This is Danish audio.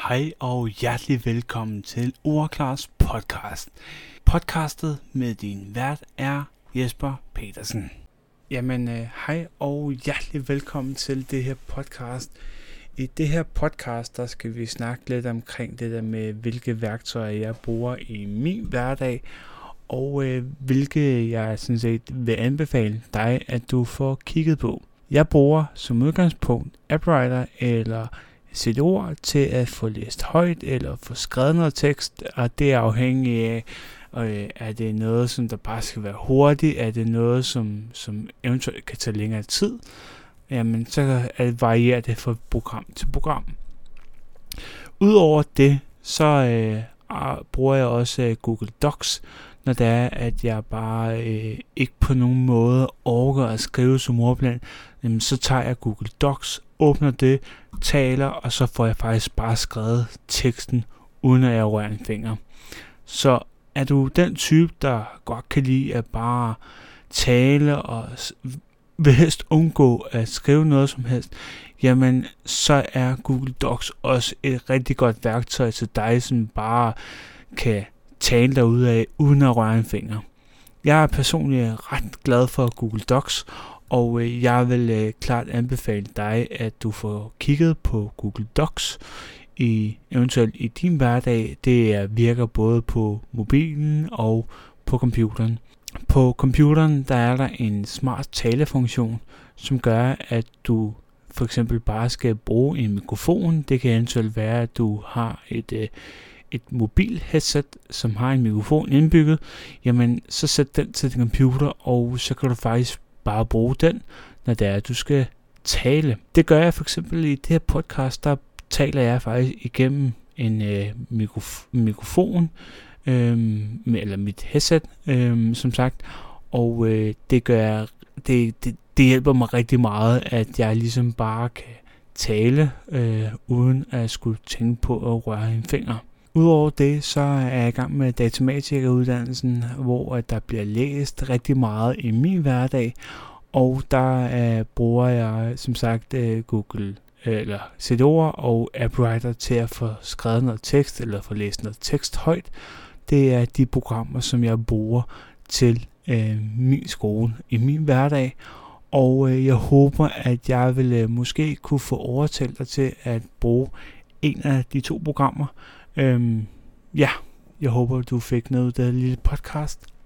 Hej og hjertelig velkommen til Ordklars podcast. Podcastet med din vært er Jesper Petersen. Jamen, hej og hjertelig velkommen til det her podcast. I det her podcast, der skal vi snakke lidt omkring det der med, hvilke værktøjer jeg bruger i min hverdag, og hvilke jeg sådan set vil anbefale dig, at du får kigget på. Jeg bruger som udgangspunkt AppWriter eller CD-ord til at få læst højt eller få skrevet noget tekst, og det er afhængigt af, er det noget, som der bare skal være hurtigt, er det noget, som eventuelt kan tage længere tid, jamen så varierer det fra program til program. Udover det, så bruger jeg også Google Docs, når det er, at jeg bare ikke på nogen måde orker at skrive som ordplan, så tager jeg Google Docs, åbner det, taler, og så får jeg faktisk bare skrevet teksten, uden at jeg rører en finger. Så er du den type, der godt kan lide at bare tale og vil helst undgå at skrive noget som helst, jamen så er Google Docs også et rigtig godt værktøj til dig, som bare kan tale derudad uden at røre en finger. Jeg er personligt ret glad for Google Docs, og jeg vil klart anbefale dig, at du får kigget på Google Docs eventuelt i din hverdag. Det virker både på mobilen og på computeren. På computeren der er der en smart talefunktion, som gør, at du for eksempel bare skal bruge en mikrofon. Det kan eventuelt være, at du har et mobil headset, som har en mikrofon indbygget. Jamen, så sæt den til din computer, og så kan du faktisk bare bruge den, når det er, at du skal tale. Det gør jeg for eksempel i det her podcast, der taler jeg faktisk igennem en mikrofon, eller mit headset, som sagt, og det hjælper mig rigtig meget, at jeg ligesom bare kan tale, uden at skulle tænke på at røre en finger. Udover det, så er jeg i gang med datamatikeruddannelsen, hvor der bliver læst rigtig meget i min hverdag, og der bruger jeg som sagt Google eller CD-ord og AppWriter til at få skrevet noget tekst eller få læst noget tekst højt. Det er de programmer, som jeg bruger til min skole i min hverdag, og jeg håber, at jeg vil måske kunne få overtalt dig til at bruge en af de to programmer. Jeg håber, du fik noget af det lille podcast.